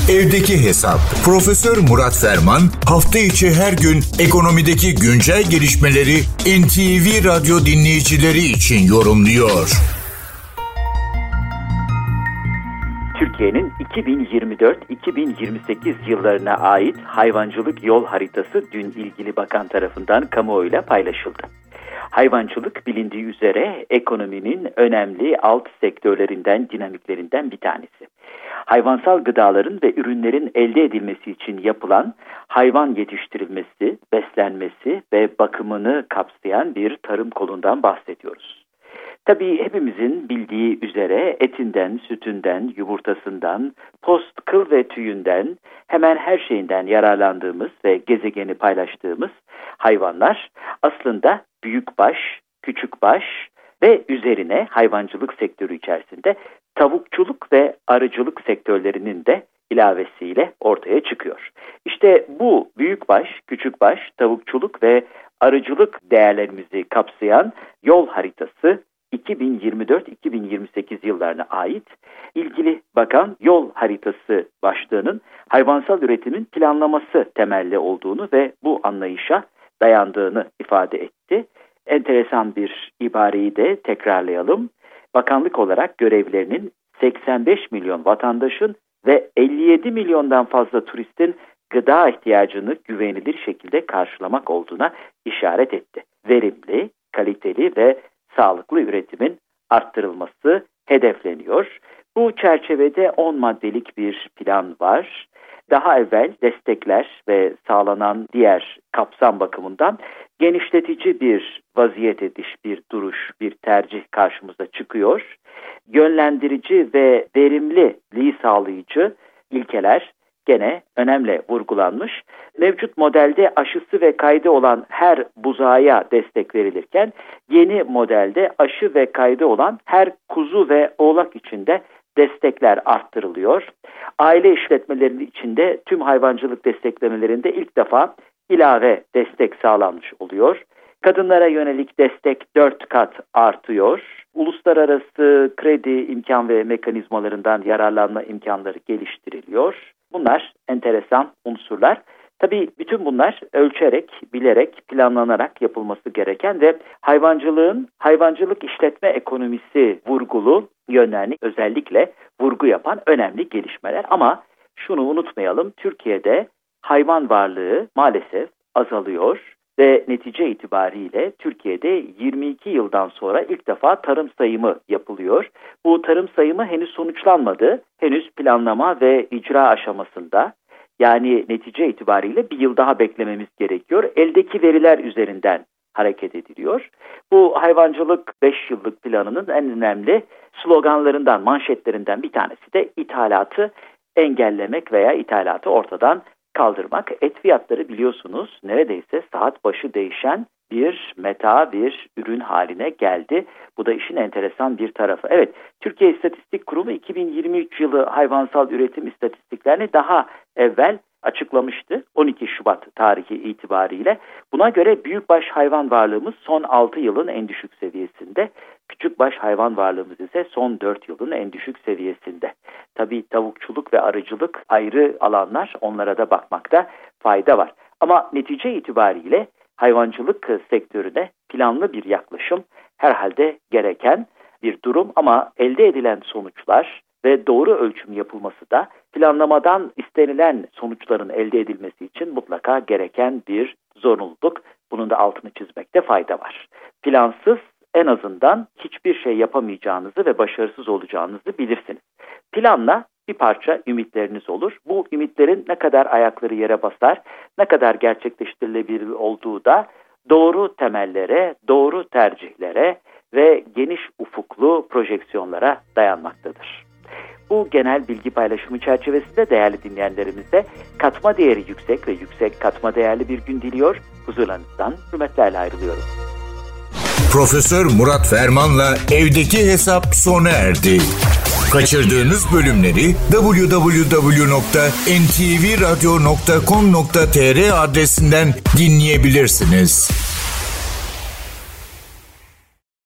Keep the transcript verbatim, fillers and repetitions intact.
Evdeki Hesap. Profesör Murat Ferman hafta içi her gün ekonomideki güncel gelişmeleri N T V Radyo dinleyicileri için yorumluyor. Türkiye'nin iki bin yirmi dört iki bin yirmi sekiz yıllarına ait hayvancılık yol haritası dün ilgili bakan tarafından kamuoyuyla paylaşıldı. Hayvancılık bilindiği üzere ekonominin önemli alt sektörlerinden, dinamiklerinden bir tanesi. Hayvansal gıdaların ve ürünlerin elde edilmesi için yapılan hayvan yetiştirilmesi, beslenmesi ve bakımını kapsayan bir tarım kolundan bahsediyoruz. Tabii hepimizin bildiği üzere etinden, sütünden, yumurtasından, post, kıl ve tüyünden, hemen her şeyinden yararlandığımız ve gezegeni paylaştığımız hayvanlar aslında büyükbaş, küçükbaş ve üzerine hayvancılık sektörü içerisinde tavukçuluk ve arıcılık sektörlerinin de ilavesiyle ortaya çıkıyor. İşte bu büyükbaş, küçükbaş, tavukçuluk ve arıcılık değerlerimizi kapsayan yol haritası iki bin yirmi dört iki bin yirmi sekiz yıllarına ait ilgili bakan yol haritası başlığının hayvansal üretimin planlaması temelli olduğunu ve bu anlayışa dayandığını ifade etti. Enteresan bir ibareyi de tekrarlayalım. Bakanlık olarak görevlerinin seksen beş milyon vatandaşın ve elli yedi milyondan fazla turistin gıda ihtiyacını güvenilir şekilde karşılamak olduğuna işaret etti. Verimli, kaliteli ve sağlıklı üretimin arttırılması hedefleniyor. Bu çerçevede on maddelik bir plan var. Daha evvel destekler ve sağlanan diğer kapsam bakımından genişletici bir vaziyet ediş, bir duruş, bir tercih karşımıza çıkıyor. Yönlendirici ve verimliliği sağlayıcı ilkeler gene önemli vurgulanmış. Mevcut modelde aşısı ve kaydı olan her buzağa destek verilirken yeni modelde aşı ve kaydı olan her kuzu ve oğlak için de destekler arttırılıyor. Aile işletmelerinin içinde tüm hayvancılık desteklemelerinde ilk defa ilave destek sağlanmış oluyor. Kadınlara yönelik destek dört kat artıyor. Uluslararası kredi imkan ve mekanizmalarından yararlanma imkanları geliştiriliyor. Bunlar enteresan unsurlar. Tabii bütün bunlar ölçerek, bilerek, planlanarak yapılması gereken ve hayvancılığın hayvancılık işletme ekonomisi vurgulu yönlerini özellikle vurgu yapan önemli gelişmeler. Ama şunu unutmayalım, Türkiye'de hayvan varlığı maalesef azalıyor ve netice itibariyle Türkiye'de yirmi iki yıldan sonra ilk defa tarım sayımı yapılıyor. Bu tarım sayımı henüz sonuçlanmadı, henüz planlama ve icra aşamasında. Yani netice itibariyle bir yıl daha beklememiz gerekiyor. Eldeki veriler üzerinden hareket ediliyor. Bu hayvancılık beş yıllık planının en önemli sloganlarından, manşetlerinden bir tanesi de ithalatı engellemek veya ithalatı ortadan kaldırmak. Et fiyatları biliyorsunuz neredeyse saat başı değişen bir meta, bir ürün haline geldi. Bu da işin enteresan bir tarafı. Evet, Türkiye İstatistik Kurumu iki bin yirmi üç yılı hayvansal üretim istatistiklerini daha evvel açıklamıştı. on iki Şubat tarihi itibariyle. Buna göre büyükbaş hayvan varlığımız son altı yılın en düşük seviyesinde. Küçükbaş hayvan varlığımız ise son dört yılın en düşük seviyesinde. Tabii tavukçuluk ve arıcılık ayrı alanlar, onlara da bakmakta fayda var. Ama netice itibariyle hayvancılık sektörüne planlı bir yaklaşım herhalde gereken bir durum ama elde edilen sonuçlar ve doğru ölçüm yapılması da planlamadan istenilen sonuçların elde edilmesi için mutlaka gereken bir zorunluluk. Bunun da altını çizmekte fayda var. Plansız en azından hiçbir şey yapamayacağınızı ve başarısız olacağınızı bilirsiniz. Planla bir parça ümitleriniz olur. Bu ümitlerin ne kadar ayakları yere basar, ne kadar gerçekleştirilebilir olduğu da doğru temellere, doğru tercihlere ve geniş ufuklu projeksiyonlara dayanmaktadır. Bu genel bilgi paylaşımı çerçevesinde değerli dinleyenlerimize katma değeri yüksek ve yüksek katma değerli bir gün diliyor. Huzurlarınızdan hürmetlerle ayrılıyorum. Profesör Murat Ferman'la Evdeki Hesap sona erdi. Kaçırdığınız bölümleri double-u double-u double-u nokta en te ve radyo nokta com nokta te er adresinden dinleyebilirsiniz.